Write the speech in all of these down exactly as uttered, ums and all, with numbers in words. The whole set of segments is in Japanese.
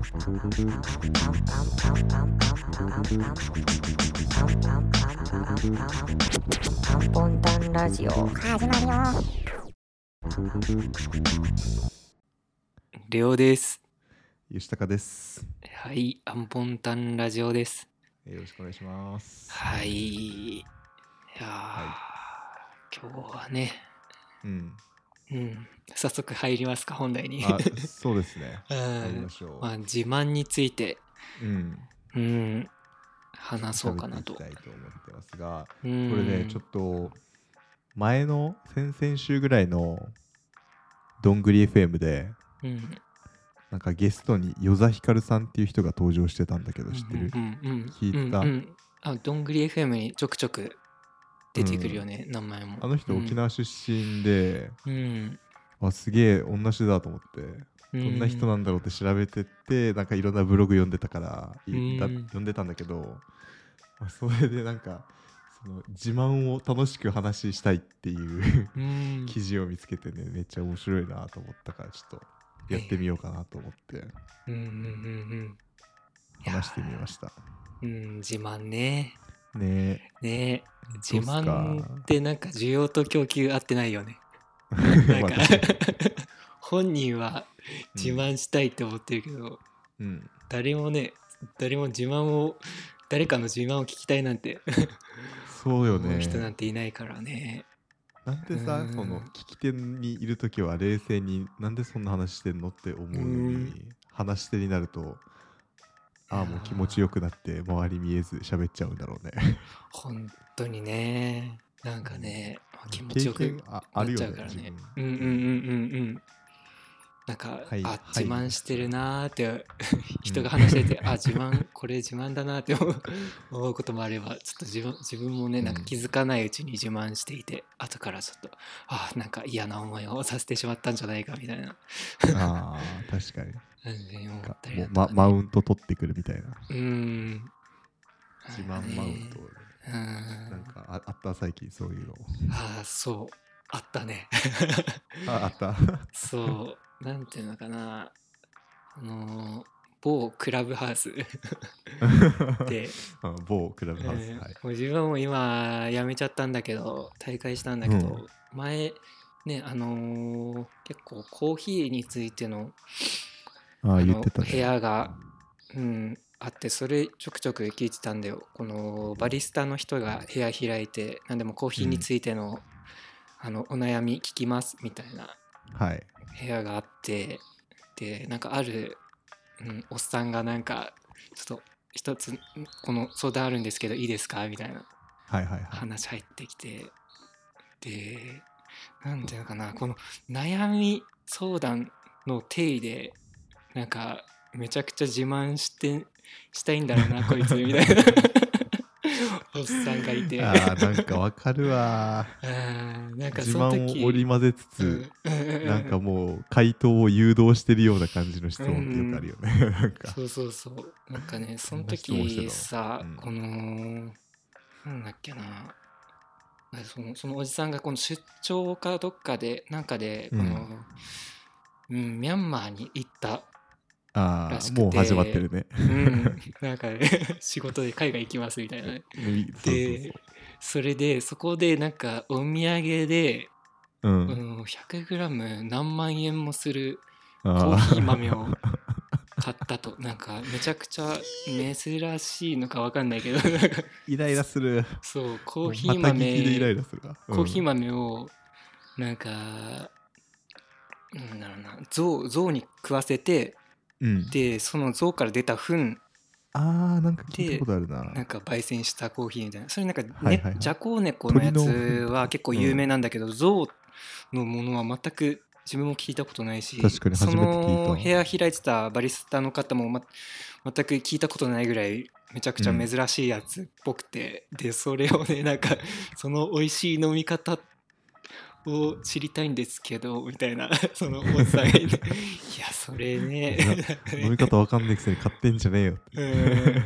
アンポンタンラジオ始まるよ。 レオです。 吉高です。 はい、アンポンタンラジオです。 よろしくお願いします。 はい。いやー、 は今日はね、 うん。 うん、早速入りますか、本題に。 あ、そうですね。 うん入りましょう。 まあ、自慢について、 うん。 うん、話そうかなと。 喋っていきたいと思ってますが、 うんこれね、ちょっと前の先々週ぐらいのどんぐり エフエム で、 うん、 なんかゲストに与座ひかるさんっていう人が登場してたんだけど、知ってる？ うんうんうん、 聞いた？ うんうん、あ、どんぐり エフエム にちょくちょく出てくるよね、うん、名前も。 あの人、 うん、 沖縄出身で、 うん、 あ、すげえ同じだと思って、 うん、 どんな人なんだろうって調べてって、なんかいろんなブログ読んでたから、 ういだん、 読んでたんだけど、まあそれでなんかその自慢を楽しく話したいっていううん記事を見つけてね、めっちゃ面白いなと思ったから、ちょっとやってみようかなと思ってうんうんうんうん話してみました。 うん、自慢ね。 ねねえ、自どうすか慢ってなんか需要と供給合ってないよね。なんかまあ確か本人はに自慢したいって思ってるけど、 うん、うん誰もね、誰も自慢を、誰かの自慢を聞きたいなんてそうよ思う人なね。 んていないからね。 なんでさ、 うんその聞き手にいるときは冷静になんでそんな話してんのって思うのに、 うん話し手になるとああもう気持ちよくなって周り見えず喋っちゃうんだろうね。 本当にね、なんかね、気持ち経よく験ああなっるよねちゃうからね。 自うんうんうんうんうんなんか、 はいあ、 はい自慢してるなーって人が話してて、あ、自慢これ自慢だなって思う思うこともあれば、ちょっと自分自分もね、 うんなんか気づかないうちに自慢していて、後からちょっとあ、なんか嫌な思いをさせてしまったんじゃないかみたいなああ確かに感じに思っかたりもう、ま、 だとかね。 マウント取ってくるみたいなうーん。 自慢マウント、 うーん。 なんかああった最近そういうのああ、そう。あったね。 ああったそう。なんていうのかな。あのー某クラブハウスで、 あ某クラブハウス、 えーはいもう自分も今辞めちゃったんだけど退会したんだけど、 うん前ねあのー結構コーヒーについてのあああ言ってたねの部屋が、うん、あってそれちょくちょく聞いてたんだよ。このバリスタの人が部屋開いて何でもコーヒーについての、あのお悩み聞きますみたいなはい部屋があって、でなんかある、うん、おっさんがなんかちょっと一つこの相談あるんですけどいいですかみたいなはいはいはい話入ってきて、でなんていうのかな、この悩み相談の定義でなんかめちゃくちゃ自慢してしたいんだろうなこいつみたいなおっさんがいてあーなんかわかるわあーなんか自その慢時を織り交ぜつつ、 うんなんかもう回答を誘導してるような感じの質問ってよくあるよね、なんかそうそうそうなんかねそのそんな質問してた時のさ、 うんこのなんだっけなそのそのおじさんがこの出張かどっかでなんかでこの、うんうん、ミャンマーに行ったあらしくてあもう始まってるねうんなんか、ね、仕事で海外行きますみたいなねそうそうでそれでそこでなんかお土産で、 そう、うんうん、ひゃくグラム 何万円もするコあーヒー豆を買ったとなんかめちゃくちゃ珍しいのか分かんないけどなんかイライラするそうコーヒーまた聞きでイライ豆ラするわ、 コーヒー豆をなんかなんだろうな象象に食わせてうんでその象から出た糞あーなんか聞いたことあるななんか焙煎したコーヒーみたいなそれなんか、ねはいはいはいジャコウネコのやつ鳥の糞とかは結構有名なんだけど、象のものは全く自分も聞いたことないし確かに初めて聞いたその部屋開いてたバリスタの方も、ま、全く聞いたことないぐらいめちゃくちゃ珍しいやつっぽくて、うん、でそれをねなんかその美味しい飲み方を知りたいんですけどみたいなそのおっさんがいていやそれね飲み方わかんないくせに買ってんじゃねえよってうん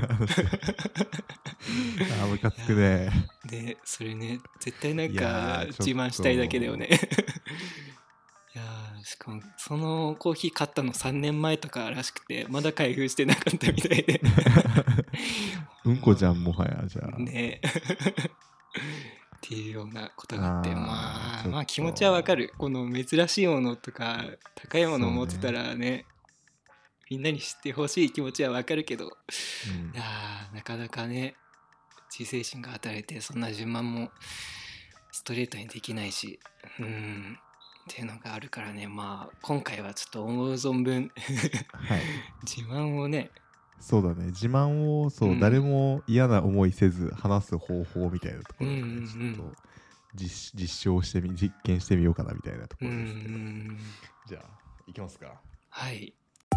あームカつくねでそれね絶対なんいやかーちょっと自慢したいだけだよねいやーしかもそのコーヒー買ったのさんねんまえとからしくてまだ開封してなかったみたいでうんこじゃんもはや。じゃあねっていうようなことがあって、 あーまあちょっとまあ気持ちはわかる。この珍しいものとか高いものを持ってたそうらねみんなに知ってほしい気持ちはわかるけど、 うんいやーなかなかね自制心が働いてそんな順番もストレートにできないし、うんっていうのがあるからね、まあ今回はちょっと思う存分はい自慢をね、 そうだね、自慢をそう、 うん誰も嫌な思いせず話す方法みたいなところで、ねうんうんうんちょっと実実証してみ実験してみようかなみたいなとこうんうろですけど、 んじゃあいきますか。 はい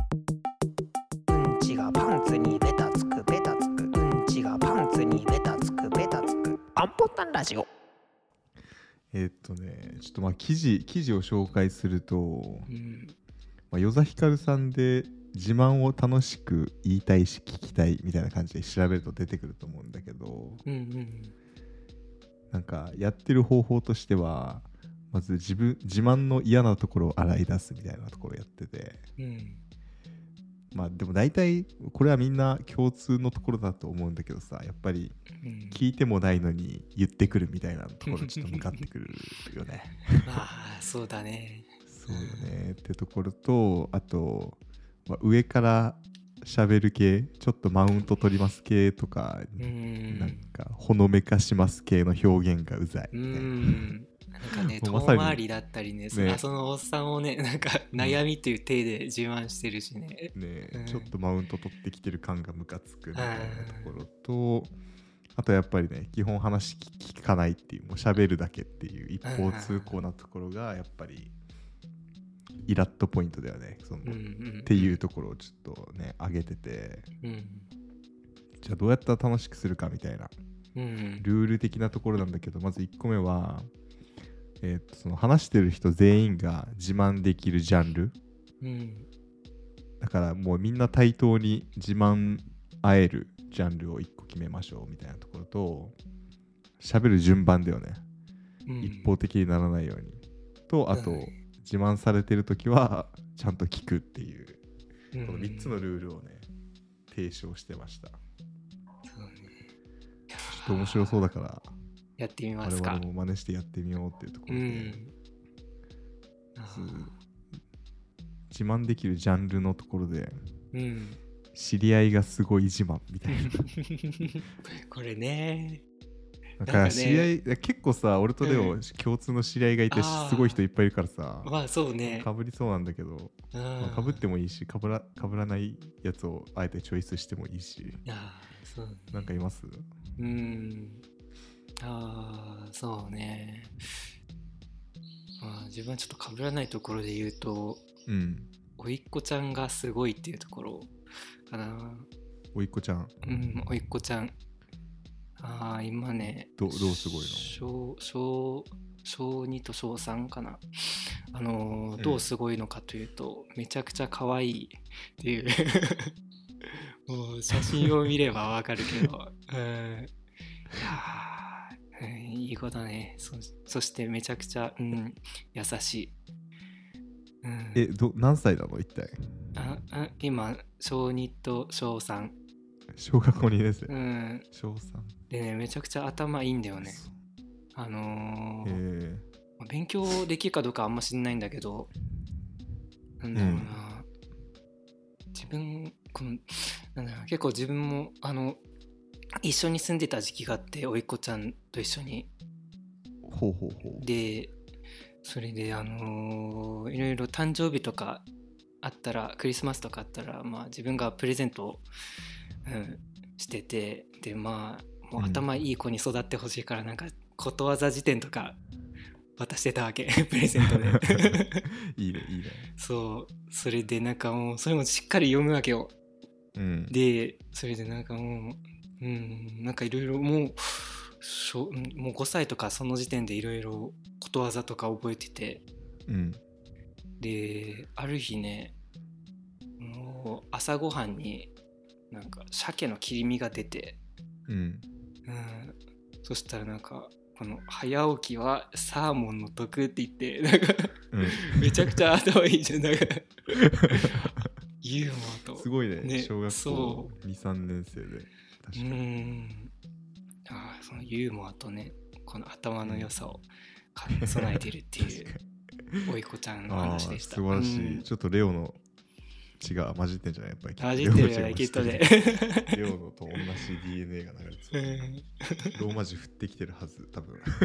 うんちがパンツにベタつくベタつくうんちがパンツにベタつくベタつくアンポンタンラジオ。 えーっとねちょっとまあ記事記事を紹介すると、 うんまあ、与座ひかるさんで自慢を楽しく言いたいし聞きたいみたいな感じで調べると出てくると思うんだけど、 うんうんなんかやってる方法としてはまず自分自慢の嫌なところを洗い出すみたいなところをやってて、 うんまあでも大体これはみんな共通のところだと思うんだけどさ、やっぱりうん聞いてもないのに言ってくるみたいなところちょっと向かってくるよねああそうだねそうよねってところと、あと、まあ、上から喋る系、ちょっとマウント取ります系とか、 うんなんかほのめかします系の表現がうざい、 うね、 んなんかね遠もうまさに回りだったりねそねそのおっさんをねなんか悩みという体で自慢してるしね、 ねえ、 うんちょっとマウント取ってきてる感がムカつくみたいなところと、あとやっぱりね基本話聞聞かないっていう、もう喋るだけっていう一方通行なところがやっぱりイラッとポイントだよね、その、 うんうん、 っていうところをちょっとね上げてて、 うんじゃあどうやったら楽しくするかみたいなうんルール的なところなんだけど、まずいっこめは、えー、とその話してる人全員が自慢できるジャンルうんだから、もうみんな対等に自慢合えるジャンルをいっこ決めましょうみたいなところと、喋る順番だよね、 うん一方的にならないようにと、あと、 うん自慢されてるときはちゃんと聞くっていう、 うんこのみっつのルールをね提唱してました。ちょそうねっと面白そうだからやってみま我すか 々も真似してやってみようっていうところで、 うんあまず自慢できるジャンルのところでーうん知り合いがすごい自慢みたいなこれねだかなんかねら知り合い、結構さ俺とレオ、 うん共通の知り合いがいてあーすごい人いっぱいいるからさ、 まあそうねかぶりそうなんだけど、まあ、かぶってもいいしかぶらかぶらないやつをあえてチョイスしてもいいし、 いやーそうねなんかいます？ うんああそうねまあ自分はちょっと被らないところで言うとうんおいっ子ちゃんがすごいっていうところかな。 おいっ子ちゃんうんおいっ子ちゃんああ今ねどどうすごいの？ 小小小にと小さんかなあのーうんどうすごいのかというと、めちゃくちゃ可愛いっていうもう写真を見ればわかるけどうんいやー、うん、いい子だね。 そ, そしてめちゃくちゃ、うん、優しい、うん、 えど何歳なの一体？ ああ今小にと小さん、 小学校にねん生、 うん、 小さんでねめちゃくちゃ頭いいんだよね。あのーへ勉強できるかどうかあんま知んないんだけど、なんだろうな、うん、自分このなんだろう結構自分もあの一緒に住んでた時期があって、おいっ子ちゃんと一緒に。 ほうほうほう。 でそれであのー、いろいろ誕生日とかあったら、クリスマスとかあったら、まあ自分がプレゼントを、うん、してて、でまあもう頭いい子に育ってほしいから、なんかことわざ辞典とか渡してたわけプレゼントでいいねいいね。 そうそれでなんかもうそれもしっかり読むわけよ。 うんでそれでなんかもううんなんかいろいろもうしょもうごさいとかその時点でいろいろことわざとか覚えてて、 うんである日ね、もう朝ごはんになんか鮭の切り身が出て、 うんうんそしたらなんかこの早起きはサーモンの得って言って、なんかうんめちゃくちゃ頭いいじゃん。だからユーモアとすごいねね小学校そに、さんねん生で確かうにんあーそのユーモアとねこの頭の良さを兼ね備えてるっていうおいこちゃんのあ話でした。 ー素晴らしい、 うんちょっとレオの血が混じってんじゃないやっぱり混じってるよねきっとね。 レオのと同じ ディーエヌエー が流れてうるんローマ字振ってきてるはず多分降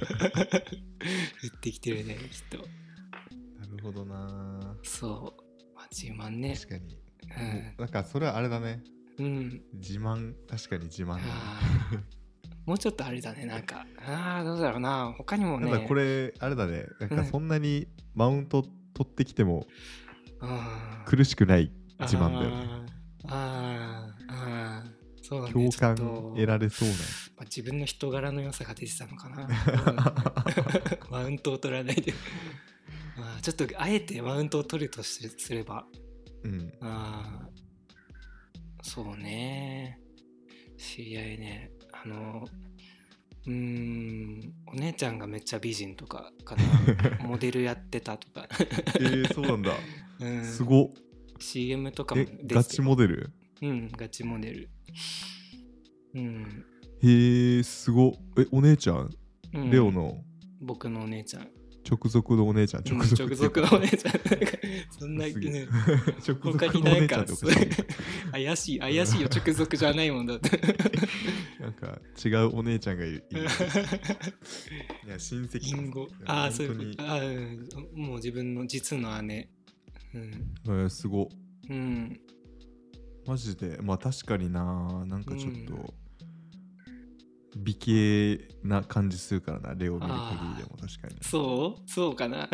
ってきてるねきっと。 なるほどなそうまあ自慢ね。 確かに、 うんもうなんかそれはあれだねうん自慢確かに自慢だねあーもうちょっとあれだねなんかああどうだろうな他にもね。 なんだこれあれだねなんうんかそんなにマウント取ってきてもあー苦しくない自慢だよねあーあーあーそうだね共感ちょっと得られそうなまあ、自分の人柄の良さが出てたのかな。うんマウントを取らないでまあちょっとあえてマウントを取るとしすればうんあそうね知り合いねあのうーんお姉ちゃんがめっちゃ美人とかかなモデルやってたとか、 えー、そうなんだうん、 すごっシーエム とかもえ出ててガチモデルうんガチモデルうん、 へえすごっえお姉ちゃんうん、 レオの僕のお姉ちゃん直属のお姉ちゃんうん直属直属のお姉ちゃんなんかそんなすげえね直属他にのお姉ちゃないかんっておかしい怪しい怪しいよ直属じゃないもんだってなんか違うお姉ちゃんがいるいるいや親戚リンゴああそういうことあー、うん、もう自分の実の姉うん、 えー、すごっうん、 マジでまあ確かにななんかちょっと、 うん美形な感じするからなレオ見る限りでも確かにそうそうかなうん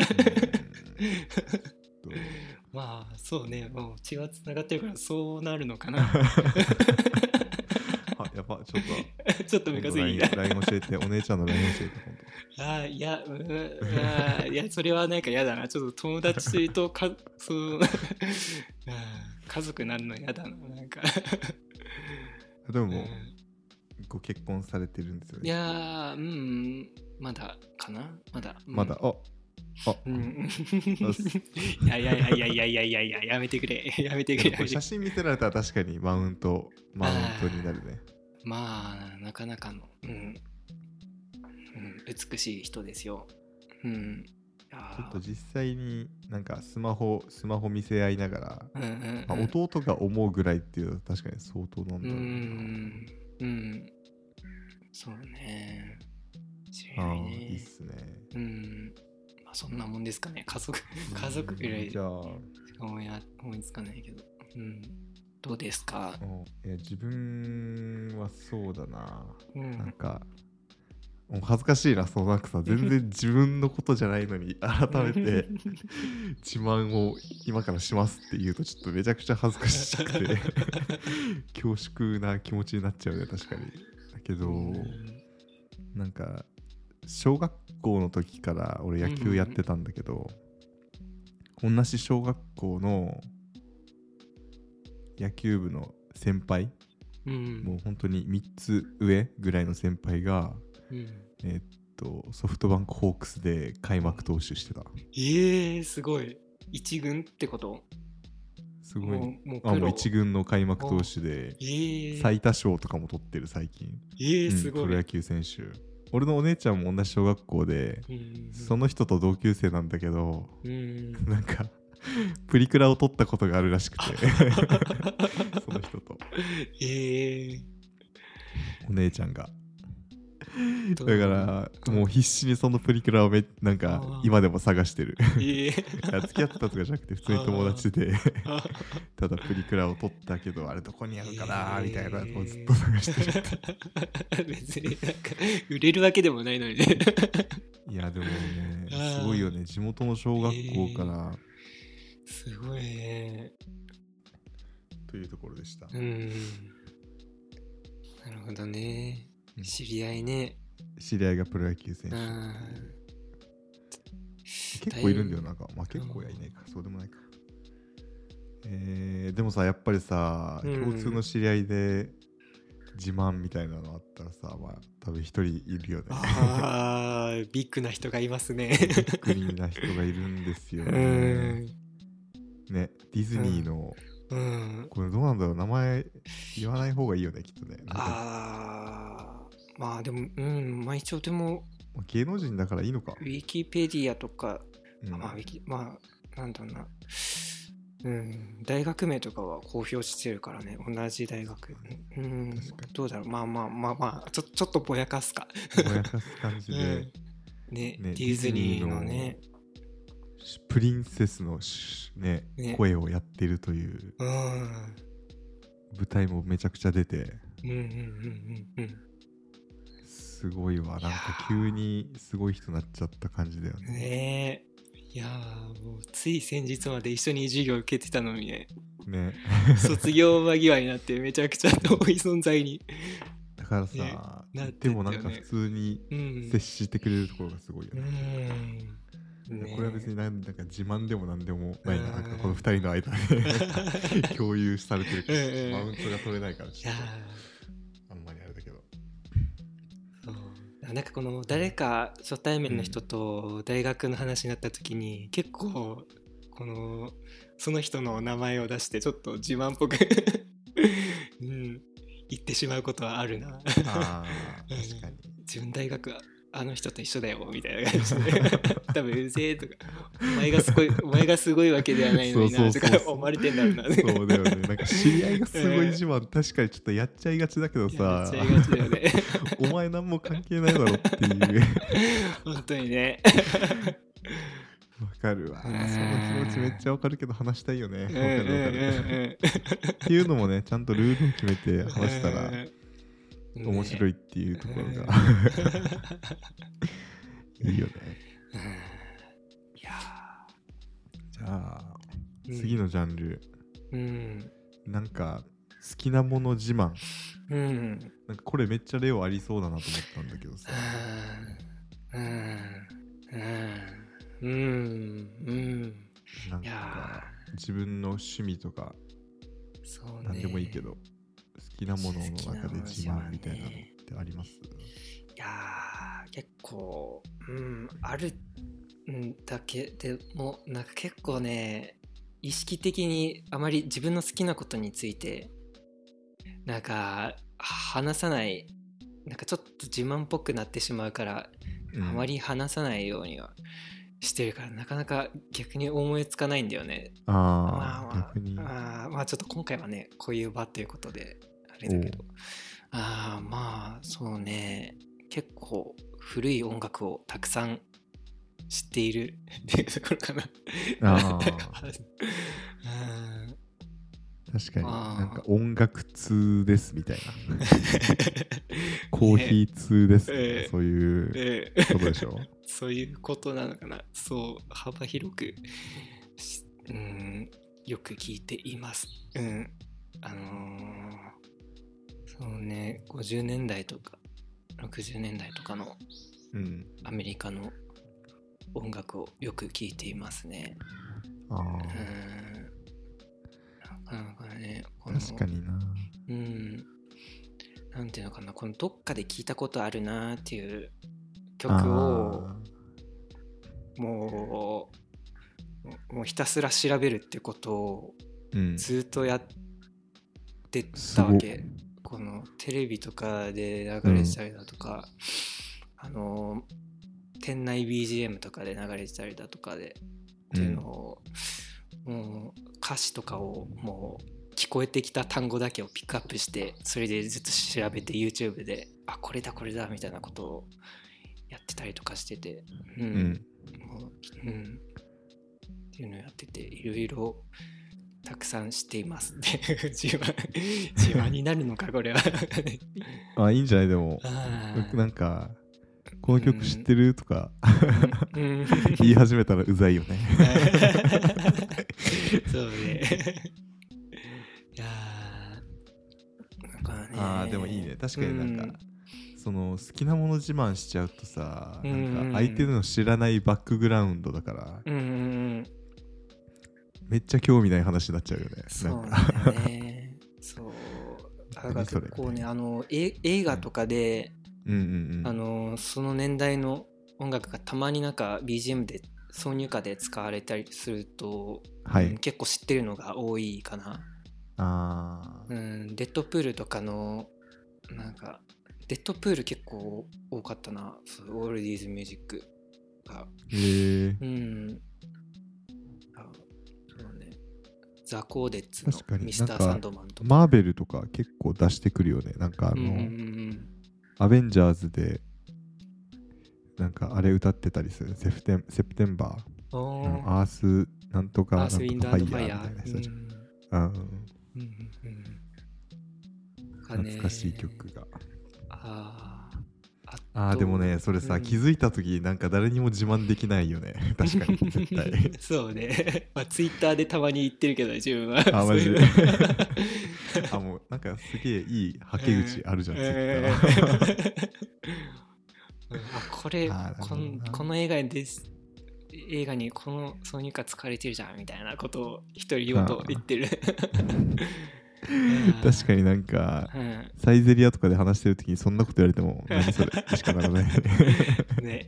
まあそうねもう血はつながってるからそうなるのかなあやばちょっとちょっとムカついたライン 教えてお姉ちゃんの ライン 教えて今あーいや、うん、あーいやそれはなんか嫌だなちょっと友達とかそうあー家族になるの嫌だななんか度でももう、 うんご結婚されてるんですよねいやーうんまだかなまだ、うん、 まだああうんいやいやいやいやいやいやいやいややめてくれやめてくれこれ写真見せられたら確かにマウントマウントになるねまあなかなかの、うんうん、美しい人ですよ。うん、いやちょっと実際になんかスマホスマホ見せ合いながら、 うんうんうんまあ、弟が思うぐらいっていうのは確かに相当なんだろうな、 うんうんそうね知りああ合いねいいっすねうんまあそんなもんですかね家族家族ぐらいじゃあ思いや思いつかないけどうんどうですかいや自分はそうだな、 うん、 なんかもう恥ずかしいなそうなんかさ全然自分のことじゃないのに改めて自慢を今からしますって言うとちょっとめちゃくちゃ恥ずかしくて恐縮な気持ちになっちゃうね確かにだけど、うん、なんか小学校の時から俺野球やってたんだけど、うん、同じ小学校の野球部の先輩、うん、もう本当にみっつ上ぐらいの先輩が、うん、えー、っとソフトバンクホークスで開幕投手してた。 えー、すごい一軍ってこと？ すごい。 もうもうあもう一軍の開幕投手で、 えー、 最多勝とかも取ってる最近。 えー、すごい、 うん、プロ野球選手。俺のお姉ちゃんも同じ小学校で、うん、その人と同級生なんだけど、うん、なんかプリクラを撮ったことがあるらしくてその人と、 えー、 お姉ちゃんがだからもう必死にそのプリクラをめなんか今でも探してる、えー、付き合ってたとかじゃなくて普通に友達でただプリクラを撮ったけどあれどこにあるかなみたいなのをずっと探してる別になんか売れるわけでもないのにねいやでもねすごいよね地元の小学校から、 えー、すごいねというところでした。 うんなるほどね知り合いね知り合いがプロ野球選手結構いるんだよなんかまあ結構やいないかそうでもないかえー、でもさやっぱりさ、うん、共通の知り合いで自慢みたいなのあったらさ、まあ多分一人いるよね。 あービッグな人がいますね。 ビッグな人がいるんですようね。 んね、ディズニーの、 うんこれどうなんだろう、名前言わない方がいいよねきっとね。なんかあーまあでもうんまあ一応でもまあ芸能人だからいいのか。 ウィキペディアとか、 うんまあ、ウィキまあなんだろうな、うん、大学名とかは公表してるからね、同じ大学。うん確かにどうだろう、まあまあまあまあちょちょっとぼやかすか。 ぼやかす感じで、 うんねねディズニーのね、 プリンセスのし、ねね声をやってるといううん舞台もめちゃくちゃ出て、 うんうんうんうんうんすごいわ。なんか急にすごい人になっちゃった感じだよね。 ねえいやーもうつい先日まで一緒に授業受けてたのにね、 ね卒業間際になってめちゃくちゃ遠い存在に、 だからさ、 ねなってでったよねもなんか普通にうん接してくれるところがすごいようね。 んねこれは別になんなんか自慢でもなんでもないな。 うんなんかこの二人の間で共有されてるから、 うんうんマウントが取れないからちょっいやとあんまりあれだけど。 ーそうなんかこの誰か初対面の人と大学の話になった時に結構このその人の名前を出してちょっと自慢っぽく、うん、言ってしまうことはあるな。 ああ、 うん確かに。 自分大学はあの人と一緒だよみたいな感じで多分うぜえとかお前がすごいお前がすごいわけではないのになとそうそうそうか思われてんだろうな。 そうだよね。なんか知り合いがすごい自慢、確かにちょっとやっちゃいがちだけどやさっちゃいがちだよね。 お前なんも関係ないだろっていう本当にね。 わかるわ。そうんの気持ちめっちゃわかるけど話したいよね。わかうんうんるわかる。 うんっていうのもね、ちゃんとルールを決めて話したらうん面白いねっていうところがうんいいよね。 うんいやじゃあー次のジャンル、 うんなんか好きなもの自慢。 うんなんかこれめっちゃレオありそうだなと思ったんだけどさ。 うんうんうんうんなんいやか自分の趣味とかそうね何でもいいけど、好きなものの中で自慢みたいなのってあります？ いやー結構うんあるんだけでもなんか結構ね意識的にあまり自分の好きなことについてなんか話さない、なんかちょっと自慢っぽくなってしまうから、 うん、 あまり話さないようにはしてるからなかなか逆に思いつかないんだよね。 あまあ、 あまあ逆に。 あーまあちょっと今回はねこういう場ということであれだけど、ああまあそうね結構古い音楽をたくさん知っているっていうところかな。 あーうん確かにあーなんか音楽通ですみたいなコーヒー通です、ねええそういうえことでしょそういうことなのかな。そう幅広くしうんよく聞いています。うんあのーそうねごじゅうねんだいとかろくじゅうねんだいとかのうんアメリカの音楽をよく聞いていますね。 あうんーなかなかねこの確かになうんなんていうのかな、このどっかで聞いたことあるなっていう曲をあもうもうひたすら調べるってことをーうんずっとやってたわけ。このテレビとかで流れてたりだとか、あの店内 ビージーエム とかで流れてたりだとかでっていうのを、もう歌詞とかをもう聞こえてきた単語だけをピックアップしてそれでずっと調べて YouTube であこれだこれだみたいなことをやってたりとかしてて、うんうんもううん、っていうのをやってていろいろたくさん知っています。自慢自慢になるのかこれは。 あいいんじゃないでもあーなんかこの曲知ってるとかうん言い始めたらうざいよねそうね。いやーなんかねあーでもいいね確かになんか、 うんその好きなもの自慢しちゃうとさ、 うんなんか相手の知らないバックグラウンドだから、 うんうんうんめっちゃ興味ない話になっちゃうよね。 そうなんかなんだよね。そうだかか結構ねあのえ映画とかで、 うんうんうん、 あのその年代の音楽がたまになんか ビージーエム で挿入歌で使われたりすると、 はい、 うん、結構知ってるのが多いかな。 あうん、デッドプールとかのなんかデッドプール結構多かったな、そうオールディーズミュージックが。 へえ、 うん、あそうね、ザ・コーデッツの確かにミスター・サンドマンとかマーベルとか結構出してくるよね。なんかあの、 うんうんうん、 アベンジャーズでなんかあれ歌ってたりする。セプテン、セプテンバー、 おうん、アースなんとかなんとかフアース・ウィンド・アンド・ファイヤー、 ァイヤーみたいな人たち、 うんうんうん、 うんうんうん、 懐かしい曲が。 あーあーでもねそれさ、 うん、 気づいた時なんか誰にも自慢できないよね。確かに絶対そうね、まあ、ツイッターでたまに言ってるけど自分はあマジでそういうあもうなんかすげえいいはけ口あるじゃん、ツイッえターーうんあこれあーこんこの映画です映画にこの挿入歌使われてるじゃんみたいなことを一人言と言ってる確かになんか、 うん、 サイゼリアとかで話してる時にそんなこと言われても何それしかならないね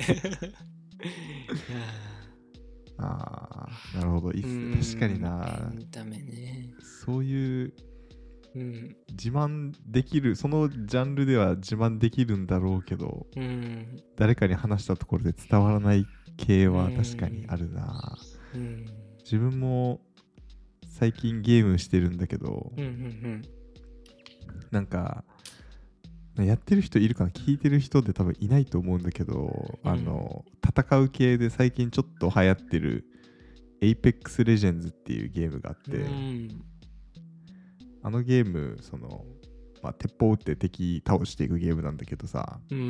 ああなるほどいいっすね。確かにな、 見た目ね、 そういううん、 自慢できるそのジャンルでは自慢できるんだろうけど、 うん、 誰かに話したところで伝わらない系は確かにあるな、 うん、 自分も最近ゲームしてるんだけど、 うんうんうんなんかやってる人いるかな、聞いてる人で多分いないと思うんだけど、 うん、 あの戦う系で最近ちょっと流行ってる Apex Legends っていうゲームがあって、 うん、 あのゲームその、まあ、鉄砲撃って敵倒していくゲームなんだけどさ、 うんうん、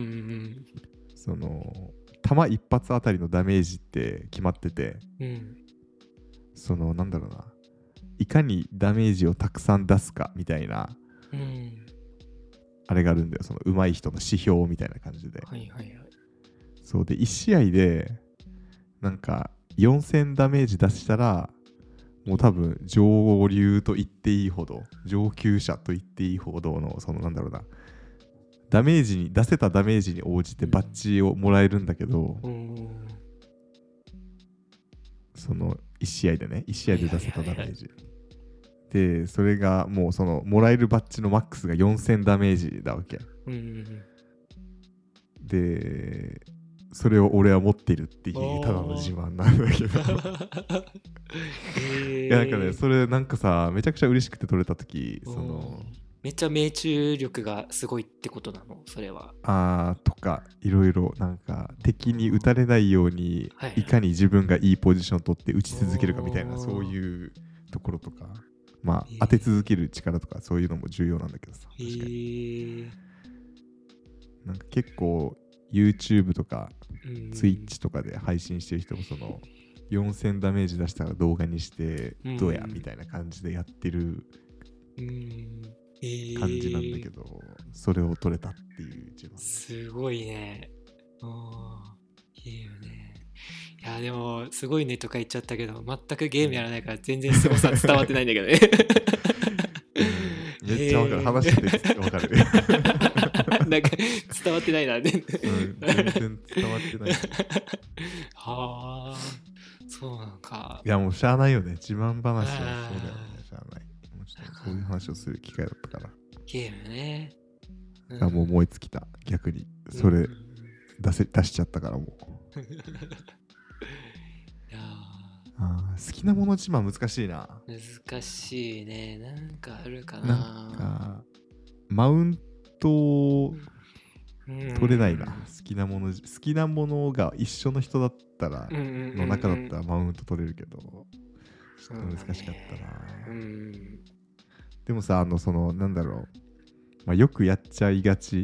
その弾一発あたりのダメージって決まってて、 うん、 そのなんだろうな、いかにダメージをたくさん出すかみたいな、 うん、 あれがあるんだよ、その上手い人の指標みたいな感じで。 はいはいはい。 そうでいち試合でなんかよんせんダメージ出したらもう多分上流と言っていいほど、上級者と言っていいほどのそのなんだろうな、ダメージに出せたダメージに応じてバッジをもらえるんだけど、 うん、 そのいち試合でね、いち試合で出せたダメージで、それがもうそのもらえるバッジのマックスがよんせんダメージだわけ、 うん、 でそれを俺は持ってるっていうただの自慢なんだけどいやなんかねそれなんかさめちゃくちゃ嬉しくて取れた時、そのめっちゃ命中力がすごいってことなのそれは。 あーとかいろいろなんか敵に撃たれないようにはいはい、 いかに自分がいいポジションを取って撃ち続けるかみたいな、そういうところとか、まあ当て続ける力とかそういうのも重要なんだけどさ、確かになんか結構 YouTube とか Twitch とかで配信してる人もそのよんせんダメージ出したら動画にしてどうやみたいな感じでやってる感じなんだけど、それを取れたっていう自慢。 すごいね。ゲームね。いやでもすごいねとか言っちゃったけど全くゲームやらないから全然すごさ伝わってないんだけどねめっちゃわかる、話しててわかるなんか伝わってないなって、うん、 全然伝わってないはあそうなんか。 いやもうしゃあないよね、自慢話はそうだよね、しゃあない、もうちょっとそういう話をする機会だったからゲームね、 うん、あもう思いつきた、逆にそれ出せ、出しちゃったからもういやあ好きなもの自慢難しいな。 難しいね。なんかあるかな。 なんかマウント取れないな。好きなもの好きなものが一緒の人だったらの中だったらマウント取れるけど、ちょっと難しかったな。うん、でもさあのそのなんだろう、まあ、よくやっちゃいがち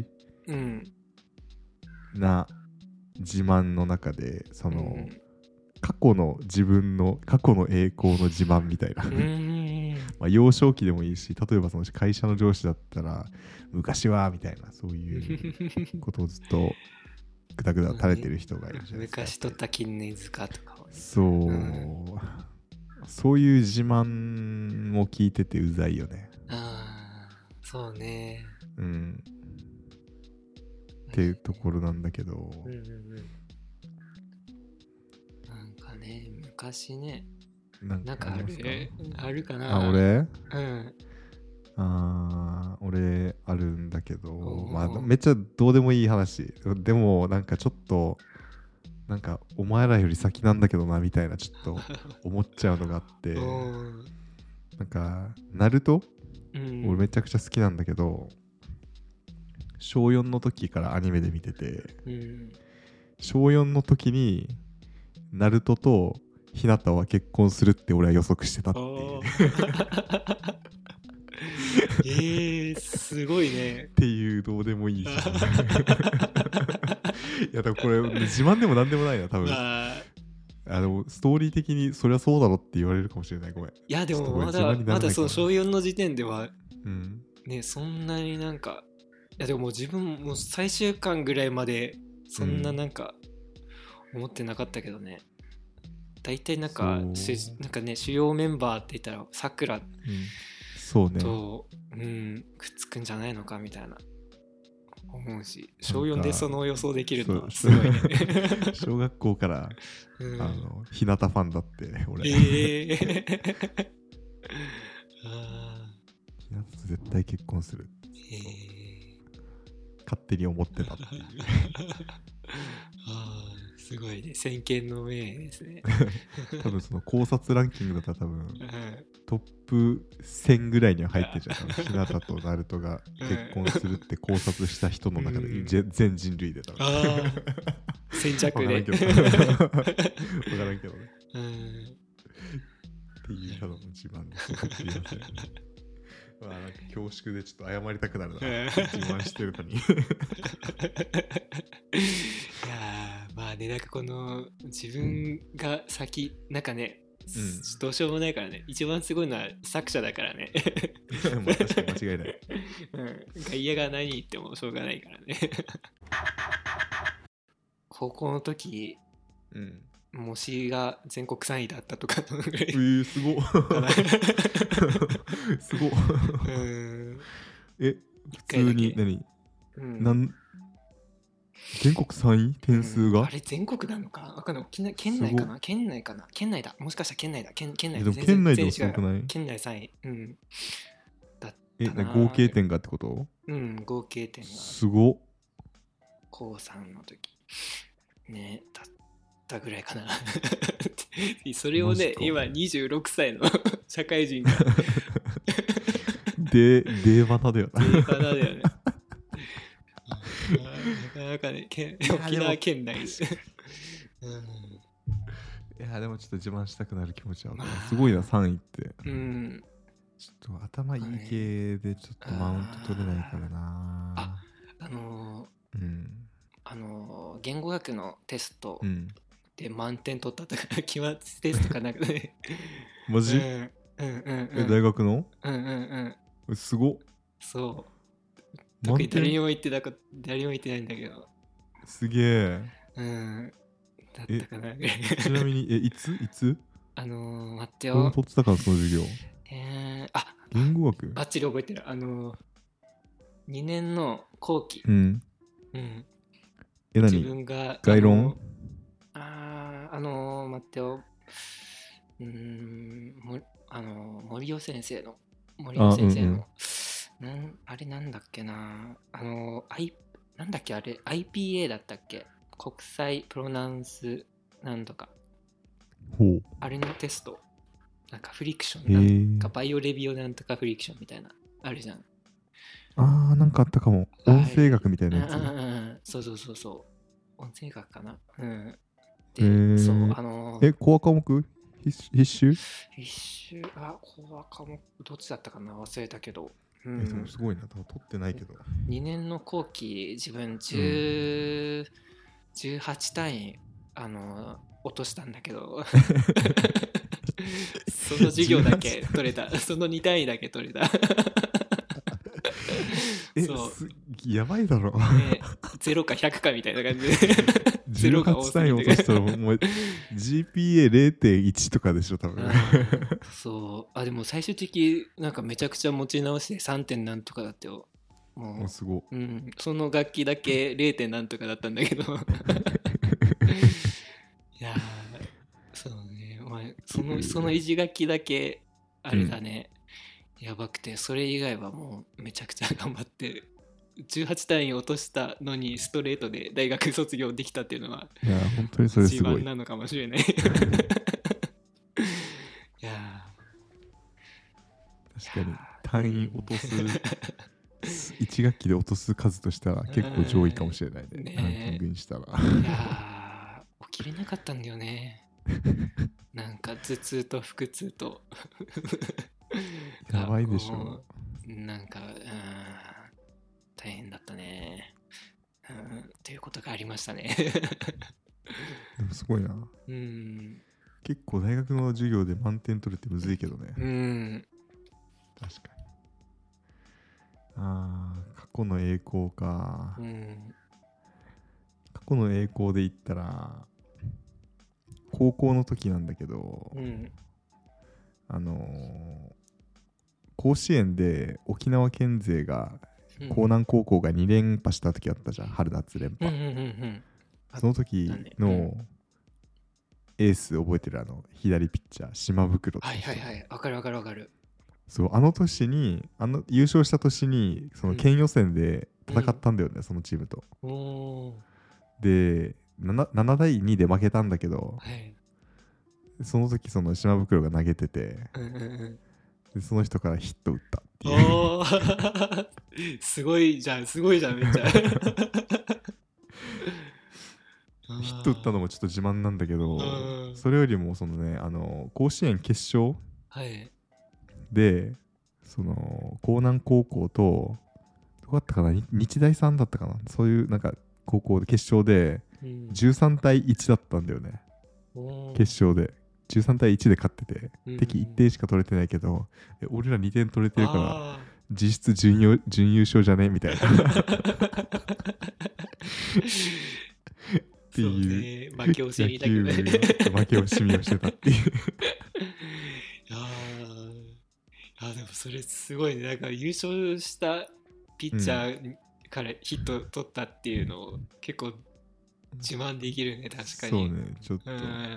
な自慢の中でその、うん、過去の自分の過去の栄光の自慢みたいなまあ幼少期でもいいし、例えばその会社の上司だったら昔はみたいな、そういうことをずっとグダグダ垂れてる人がいるじゃないですか。 昔取った金塚とか、ね、 そう、うん、そういう自慢も聞いててうざいよね。 あそうね。 うんっていうところなんだけど、 うんうんうん。なんかね、昔ね、 なんなんかあるあるかな。 あ、俺うん。 あー俺あるんだけど、 おうまあめっちゃどうでもいい話でもなんかちょっとなんかお前らより先なんだけどなみたいなちょっと思っちゃうのがあっておうなんかナルト、 うん、 俺めちゃくちゃ好きなんだけどしょうよんの時からアニメで見てて、 うん、 しょうよんの時にナルトとヒナタは結婚するって俺は予測してたっていうえー、すごいねっていうどうでもいいじゃんいやでもこれ自慢でもなんでもないな多分あでもストーリー的にそりゃそうだろって言われるかもしれないごめん。いやでもまだまだそのしょうよんの時点では、 うん、 ねそんなになんかいやでももう自分も最終巻ぐらいまでそんななんか思ってなかったけどね、うん、大体なんかなんかね主要メンバーって言ったらさくら、うん、 そうねと、うん、くっつくんじゃないのかみたいな思うし、しょうよんでその予想できるのはすごいね小学校から、うん、あの日向ファンだって俺、 えー、あ日向と絶対結婚する、えー、勝手に思ってたっていうあすごいね先見の明ですね多分その考察ランキングだったら多分、うん、トップせんぐらいには入ってるじゃん日向とナルトが結婚するって考察した人の中で、うん、全人類で多分あ先着で分からんけど分からんけどね、 うん、 っていうただの自慢ですすいませんまあなんか恐縮でちょっと謝りたくなるな自慢してるのにいやまあねなんかこの自分が先、うん、なんかね、うん、どうしようもないからね一番すごいのは作者だからねまあ確かに間違いない、 うん、外野が何言ってもしょうがないからね高校の時、うん模試が全国さんいだったとかのぐらいえー、すごすごうんえ普通に何、うん、なん全国さんい点数が、 うん、あれ全国なのかわかんない県内かな県内かな県内だもしかしたら県内だ県県内でも県内でもすごくない県内さんいうんだったえ合計点がってことうん合計点がすご高さんの時ねだったぐらいかなそれをね今にじゅうろくさいの社会人がでデーバナだよなデーバナだよねなかなかね沖縄県内で、 うん、いやでもちょっと自慢したくなる気持ちは、まあ、すごいなさんいってうんちょっと頭いい系でちょっとマウント取れないからなああのー、うんあのー、言語学のテスト、うんで満点取ったとか期末テストかなんかねマジ、うん、 うんうんうんえ大学のうんうんうんすごっそう特に誰にも言ってなか誰にも言ってないんだけどすげえうんだったかなちなみにえいついつあのー、待ってよ俺も取ってたからその授業えー、あ言語学バッチリ覚えてるあのー、にねんの後期うんうんえ何自分が概論ああのー、待ってようーんもあのー、森尾先生の森尾先生のあ,、うんうん、なんあれなんだっけなあのー、I なんだっけあれ アイピーエー だったっけ国際プロナウンスなんとかほうあれのテストなんかフリクションなんかバイオレビオなんとかフリクションみたいなあるじゃんあーなんかあったかも音声学みたいなやつ、 うんうんうん、そうそうそうそう音声学かなうんでそうあのー、 えコア科目必必修必修あコア科目どっちだったかな忘れたけど、 うん、えでもすごいな多分取ってないけどにねんの後期自分じゅう、うん、じゅうはち単位あのー、落としたんだけどその授業だけ取れたそのに単位だけ取れたえそうすやばいだろね、ゼロかひゃくかみたいな感じでゼロが多じゅうはち単位すぎて落としたらもう ジーピーエーれいてんいち とかでしょ多分うんそうあでも最終的なんかめちゃくちゃ持ち直してさんてんなんとかだったよももうすごう、うん、その楽器だけ れいてんなんとかだったんだけどいやーそうね、まあ、そのそのいち楽器だけあれだね、うん、やばくてそれ以外はもうめちゃくちゃ頑張ってじゅうはち単位落としたのにストレートで大学卒業できたっていうのはいや本当にそれす一ごい番なのかもしれないいや確かに単位落とすいち学期で落とす数としたら結構上位かもしれないね、 ねランキングにしたらいや起きれなかったんだよねなんか頭痛と腹痛とやばいでしょなんかうん大変だったね、うん、っていうことがありましたねでもすごいな、 うん、 結構大学の授業で満点取るってむずいけどね、 うん、 確かにあー過去の栄光か、 うん、 過去の栄光で言ったら高校の時なんだけど、 うん、 あのー、甲子園で沖縄県勢が江南高校がに連覇した時あったじゃん、春夏連覇、 うんうんうんうん、 その時のエース覚えてる、あの左ピッチャー島袋って、 はいはいはい、わかるわかるわかる。 そうあの年にあの優勝した年にその県予選で戦ったんだよね、うん、そのチームと。 おで 7, なな対にで負けたんだけど、 はい、 その時その島袋が投げてて、 うんうんうん、 でその人からヒット打ったっていうおすごいじゃんすごいじゃんめっちゃヒット打ったのもちょっと自慢なんだけど、それよりもそのね、あの甲子園決勝で、その江南高校とどこだったかな、日大さんだったかな、そういうなんか高校で決勝でじゅうさん対いちだったんだよね、うん、決勝でじゅうさん対いちで勝ってて、うん、敵いってんしか取れてないけど、え俺らにてん取れてるから実質 準, 優準優勝じゃねみたいなっていう、 ね、負け惜しみだけどね負け惜しみをしてたっていうああでもそれすごいね、なんか優勝したピッチャーからヒット取ったっていうのを結構自慢できるね、確かに。 そうね、ちょっと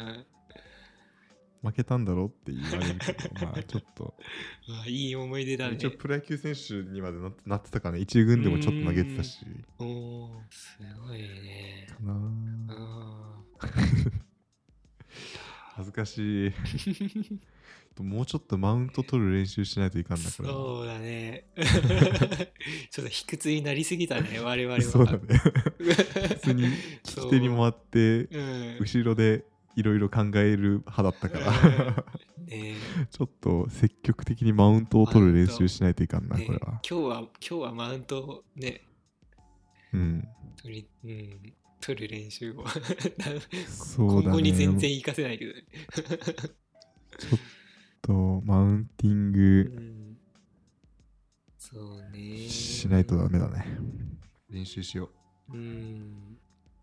負けたんだろって言われるけどまあちょっとあいい思い出だね。 一応プロ野球選手にまで な, なってたからね、一軍でもちょっと投げてたし、 おーすごいねかなあ恥ずかしいもうちょっとマウント取る練習しないといかんな、これは。 そうだねちょっと卑屈になりすぎたね我々は。 そうだね普通に利き手に回って、うん、後ろでいろいろ考える派だったから、うんね、ちょっと積極的にマウントを取る練習しないといかんな、ね、これは。 今日は今日はマウントをね、 うん取り、うん、取る練習をそうだね、 今後に全然活かせないけどねちょっとマウンティング、うん、 そうねしないとダメだね。練習しよう。 うん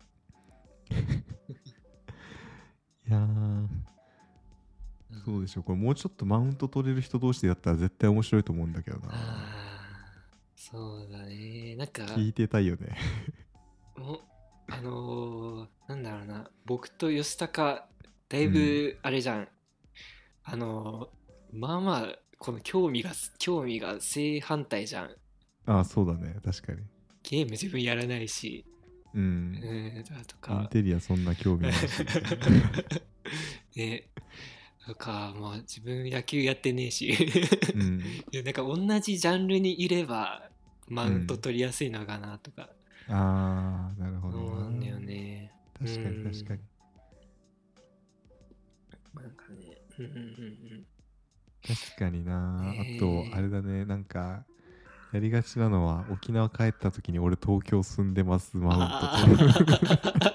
いやー、そうでしょ、これもうちょっとマウント取れる人同士でやったら絶対面白いと思うんだけどな。 あそうだね、なんか聞いてたいよねもあのー、なんだろうな、僕と吉高だいぶあれじゃん、うん、あのー、まあまあこの興味が興味が正反対じゃん。 ああそうだね、確かにゲーム自分やらないし、 うん、 うん、だとかインテリアそんな興味ないしね、とかまあ自分野球やってねえし、うん、なんか同じジャンルにいればマウント取りやすいのかなとか、 うん、ああなるほどな、 そうなんだよね。 確かに確かに、 うん、なんかね、うんうんうん、 確かにな、 えー、 あとあれだね、なんかやりがちなのは沖縄帰った時に俺東京住んでますマウント取る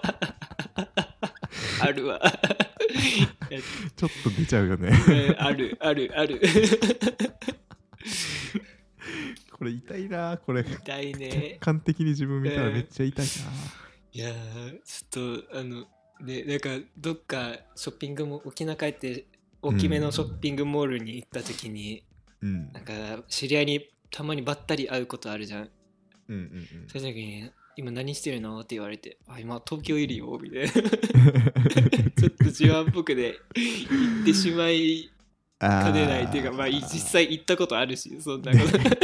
あるわちょっと出ちゃうよねあるあるあるここれ痛いなこれ。 痛いね客。観的に自分見たらめっちゃ痛いな、 いやーちょっとあのねなんかどっかショッピングも沖縄帰って大きめのショッピングモールに行った時に、 うんなんか知り合いにたまにばったり会うことあるじゃん。 うんうんうんそういう時に今何してるのって言われて、あ今東京いるよみたいなちょっと自慢っぽくで行ってしまいかねないっていうか、まあ実際行ったことあるしそんなこといや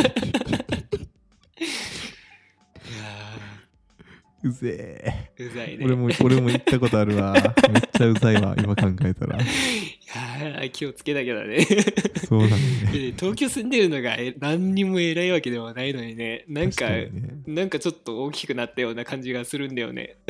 うぜーうざいね。 え俺も俺も行ったことあるわ。めっちゃうざいわ今考えたら。 いやー気をつけなきゃだねそうだね。 で東京住んでるのがえ何にも偉いわけではないのにね、なんか確かにねなんかちょっと大きくなったような感じがするんだよね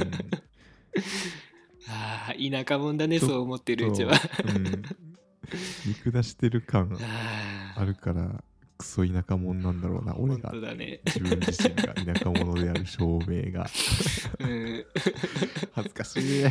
あー田舎もんだね、 ちょっとそう思ってるうちはうんうん見下してる感ああるからクソ田舎者なんだろうな俺本が。 当だね自分自身が田舎者である証明がうん恥ずかしい。 いや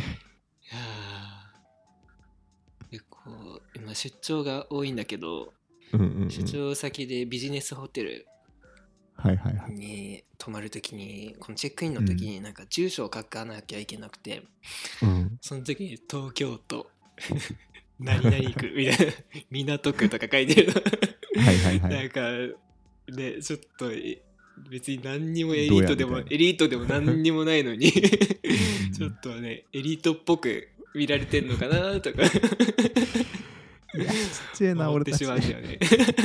ー結構今出張が多いんだけど、 うんうんうん出張先でビジネスホテルはいはいはい。 に泊まるときにこのチェックインの時になんか住所を書かなきゃいけなくて、 うんその時に東京都何々区みたいな港区とか書いてるはいはいはい。 なんかねちょっとえ別に何にもエリートでもどうやみたいなエリートでも何にもないのにうんちょっとねエリートっぽく見られてんのかなとかいやちっちゃいな思って俺たち。 しまうんだよね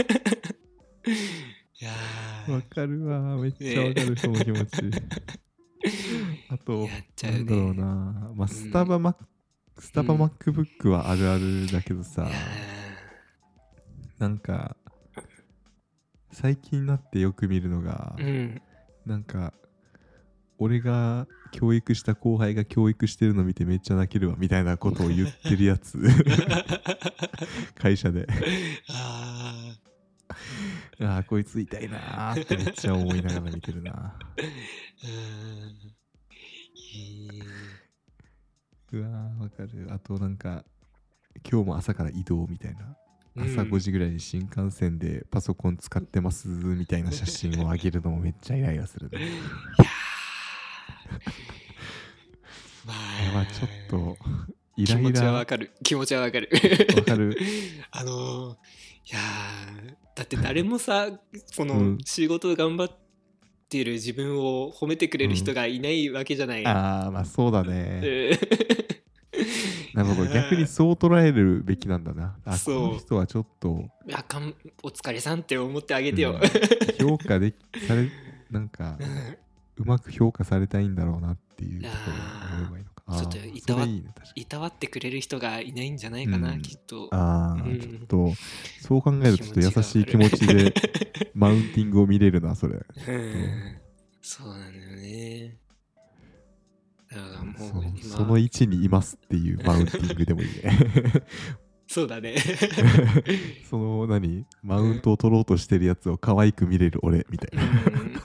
いやわーかるわめっちゃわかる、その気持ち。あとやっちゃうねなんだろうな、まあ、 んスタバマ、スタバ MacBook はあるあるだけどさ、 いやなんか最近になってよく見るのが、 ーうんなんか俺が教育した後輩が教育してるの見てめっちゃ泣けるわみたいなことを言ってるやつ会社であああこいつ痛いなーってめっちゃ思いながら見てるな。 ーうんいいうわーわかる。あとなんか今日も朝から移動みたいな、 うん朝ごじぐらいに新幹線でパソコン使ってますみたいな写真を上げるのもめっちゃイライラするね。 まあれはちょっとイ気持ちはライラわわかる気持ちはわかるかる。 あのー、いやーだって誰もさこうのん仕事頑張っている自分を褒めてくれる人がいないわけじゃない、 ああまあそうだね。 えなるほど、逆にそう捉えるべきなんだな。あそうこの人はちょっと、 ーいやかんお疲れさんって思ってあげてよ、 うん評価できされなんかうんうまく評価されたいんだろうなっていうところを思えばいいのか。あーちょっといたわそれいいね確かに。 いたわってくれる人がいないんじゃないかな、 うんきっとああ、 うんちょっとそう考えるとちょっと優しい気持ちでマウンティングを見れるなそれ。 うんそうなんだよね。だからもそう今その位置にいますっていうマウンティングでもいいね。 そうだねその何マウントを取ろうとしてるやつを可愛く見れる俺みたいな。 うんい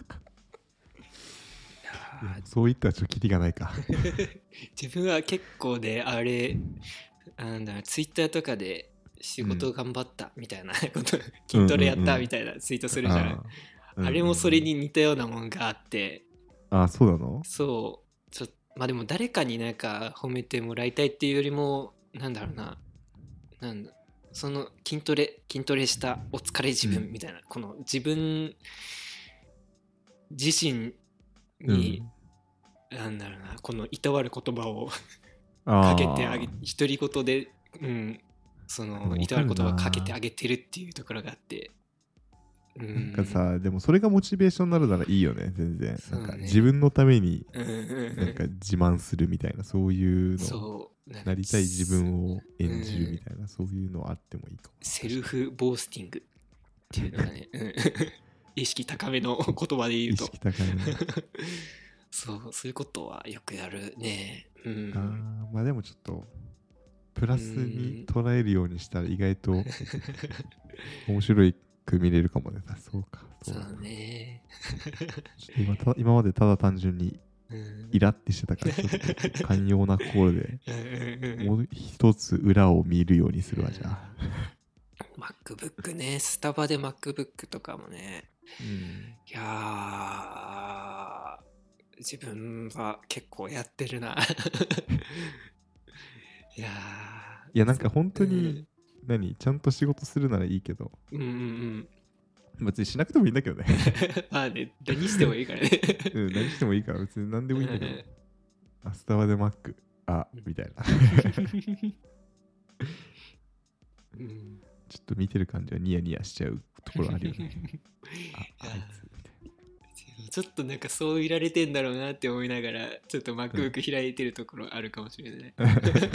やーそういったらちょっとキリがないか。 自分は結構であれなんだツイッターとかで仕事頑張ったみたいなこと、筋トレやったみたいなツイートするじゃん、 あーあれもそれに似たようなもんがあって、 あーそうなの。 そうちょまあでも誰かになんか褒めてもらいたいっていうよりもなんだろうななんだその筋トレ筋トレしたお疲れ自分みたいな、この自分自身に、なんだろうなこのいたわる言葉をかけてあげ独り言で、うん、そのいたわる言葉をかけてあげてるっていうところがあって、うなんかさでもそれがモチベーションになるならいいよね全然。 そうねなんか自分のためにうんうんうんなんか自慢するみたいなそういうのそうなんかなりたい自分を演じるみたいなそういうのあってもいいかも。 セルフボースティングっていうのがね、うん意識高めの言葉で言う意と識高いね。 そうそういうことはよくやるね。うあん。 ーまあでもちょっとプラスに捉えるようにしたら意外と面白いく見れるかもね。あそうか。 そそうだうね。 ちょっと今た今までただ単純にうんイラってしてたからちょっと寛容な心でうんうんうんもう一つ裏を見るようにするわじゃあ。 MacBook ね、スタバで MacBook とかもね、 うん、 いやー自分は結構やってるな。いやーいやなんか本当うにん何ちゃんと仕事するならいいけど、 うんうんうん別にしなくてもいいんだけどね。 まあね、何してもいいからね。 うん、何してもいいから別に何でもいいんだけど、 うんあスタバでマックあみたいな。 うんちょっと見てる感じはニヤニヤしちゃうところあるよね。あいやあいつみたいちょっとなんかそういられてんだろうなって思いながらちょっと MacBook 開いてるところあるかもしれない。いな。 やー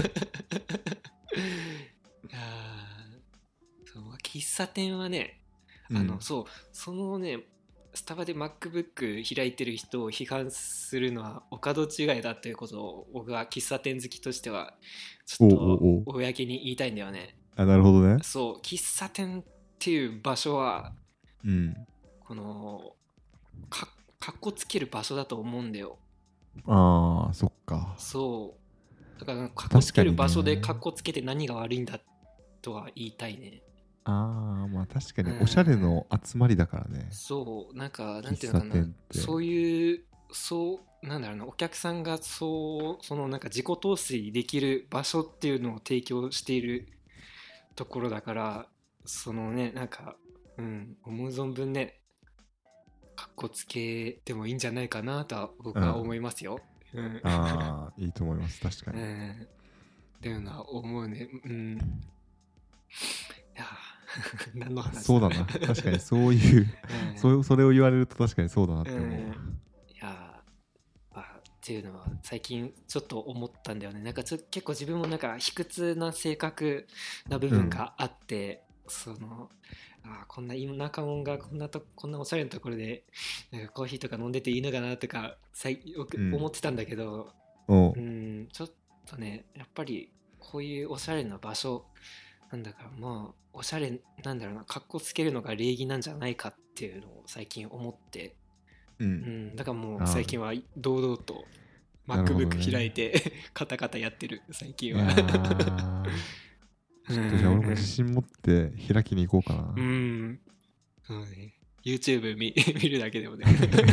そう喫茶店はね、あの、 うんそうそのねスタバで MacBook 開いてる人を批判するのはお門違いだということを僕は喫茶店好きとしてはちょっおうおうおうと公に言いたいんだよね。 あ、なるほどね。 そう喫茶店っていう場所はうん。 このかかっこつける場所だと思うんだよ。 ああ、そっか。 そうだからかっこつける場所で確かにねかっこつけて何が悪いんだとは言いたいね。 ああ、まあ確かにうんおしゃれの集まりだからね。 そうなんかなんていうのかな喫茶店ってそういうそうなんだろうなお客さんがそうそのなんか自己陶酔できる場所っていうのを提供しているところだからそのねなんかうん思う存分ねかっこつけてもいいんじゃないかなとは僕は思いますよ。うん、 ああ、いいと思います。確かに。 うんっていうのは思うね。うん。いやー何の話そうだな。確かにそういう、 うんそうそれを言われると確かにそうだなって思う。 うんいやー、まあ、っていうのは最近ちょっと思ったんだよね。なんかちょ結構自分もなんか卑屈な性格な部分があって、そのあーこんな田舎者がこんなとこんなおしゃれなところでなんかコーヒーとか飲んでていいのかなとか最よくうん思ってたんだけど、 おううん、ちょっとねやっぱりこういうおしゃれな場所なんだからまあおしゃれなんだろうなかっこつけるのが礼儀なんじゃないかっていうのを最近思って、 う。 うんん、だからもうあー最近は堂々となるほどね MacBook 開いてカタカタやってる最近は。 いやーちょっとじゃあ俺も自信持って開きに行こうかな。 うんそうね YouTube 見見るだけでもね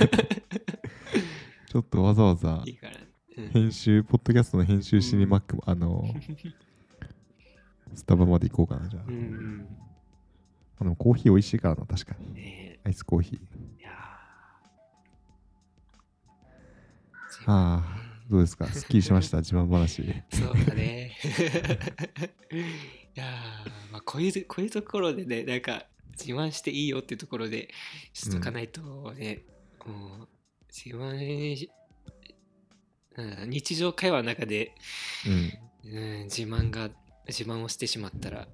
ちょっとわざわざいいから、うん編集、ポッドキャストの編集しにマックも、あの、スタバまで行こうかな、じゃあ。 うんうんあのコーヒー美味しいからな、確かに。 ねアイスコーヒー。 いやーああ、どうですかすっきりしました、自慢話。 そうだね。いやー、まあ、こういう、こういうところでね、なんか、自慢していいよっていうところでしとかないとね、もう、自慢し、うん日常会話の中で、 うん。 うん、自慢が、自慢をしてしまったら、うん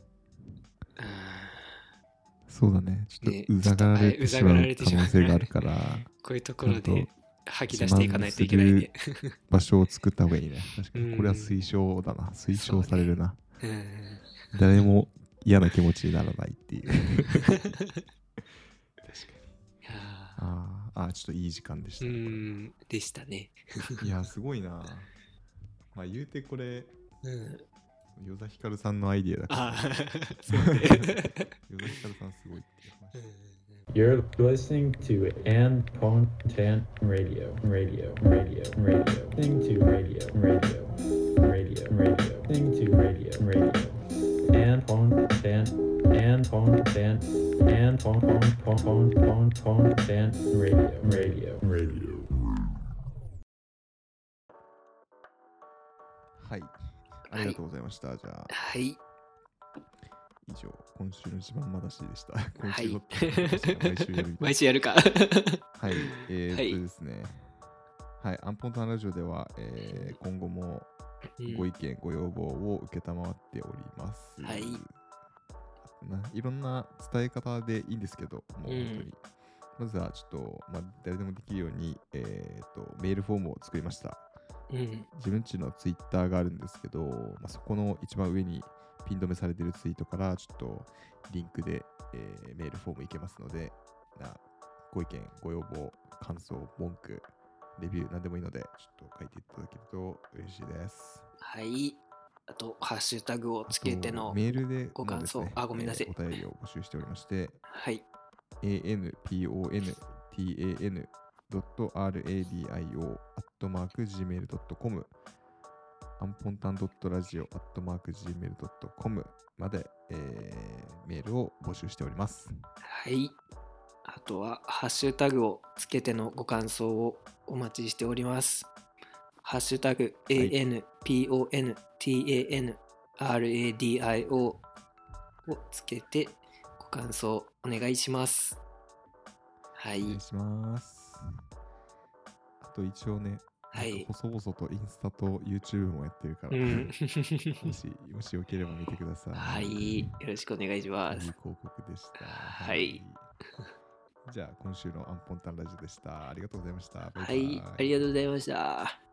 そうだね。ちょっねとうざがられてしまう可能性があるから、 こういうところちゃんでと吐き出していかないといけないね。 場所を作った方がいいね。確かうんに。これは推奨だな。推奨されるな。 うん誰も嫌な気持ちにならないっていう。確かに。 いやあーあー、ちょっといい時間でしーうた。 ん、でしたね。 いや、すごいな。まあ言うてこれ、 うん与田ヒカルさんのアイディアだから、 ああ、そうね。 与田ヒカルさんすごいっていう話。 You're listening to An Content Radio, Radio, Radio, Radio, listening to Radio, Radio, Radio, Radio, listening to Radio, Radio, An Content, An Content, An Content, Content, Content Radio, Radio, Radio. はい。ありがとうございました。じゃあ、 はい。 以上、今週の自慢話でした。今はい週のって毎週やるみたい毎週やるか。 はい。えー、っはいとですね。はい。アンポンタンラジオでは、えー今後もうんご意見、ご要望を受けたまわっております。 はいないろんな伝え方でいいんですけど、もう本当に。 うんまずはちょっと、まあ、誰でもできるように、えーっと、メールフォームを作りました。 うん。 自分ちのツイッターがあるんですけど、まあ、そこの一番上にピン止めされてるツイートからちょっとリンクで、えーメールフォームいけますので、なご意見、ご要望、感想、文句、レビュー、何でもいいので、ちょっと書いていただけると嬉しいです。 はい。あと、ハッシュタグをつけてのあと。メールでご感想もですねあごめんなさいえーお便りを募集しておりまして、 はい。 ampontan.radio アットマーク ジーメールドットコム アンポンタン .radio アットマーク ジーメールドットコム まで、えーメールを募集しております。 はい。あとは、ハッシュタグをつけてのご感想をお待ちしております。ハッシュタグはいアンポンタン ラジオ をつけてご感想お願いします。はいお願い。します。あと一応ね、 はいなんか細々とインスタと YouTube もやってるから、 うん。 もし、もしよければ見てください。 はい。よろしくお願いします。 いい広告でした。 はいじゃあ、今週のアンポンタンラジオでした。ありがとうございました。バイバイはい。ありがとうございました。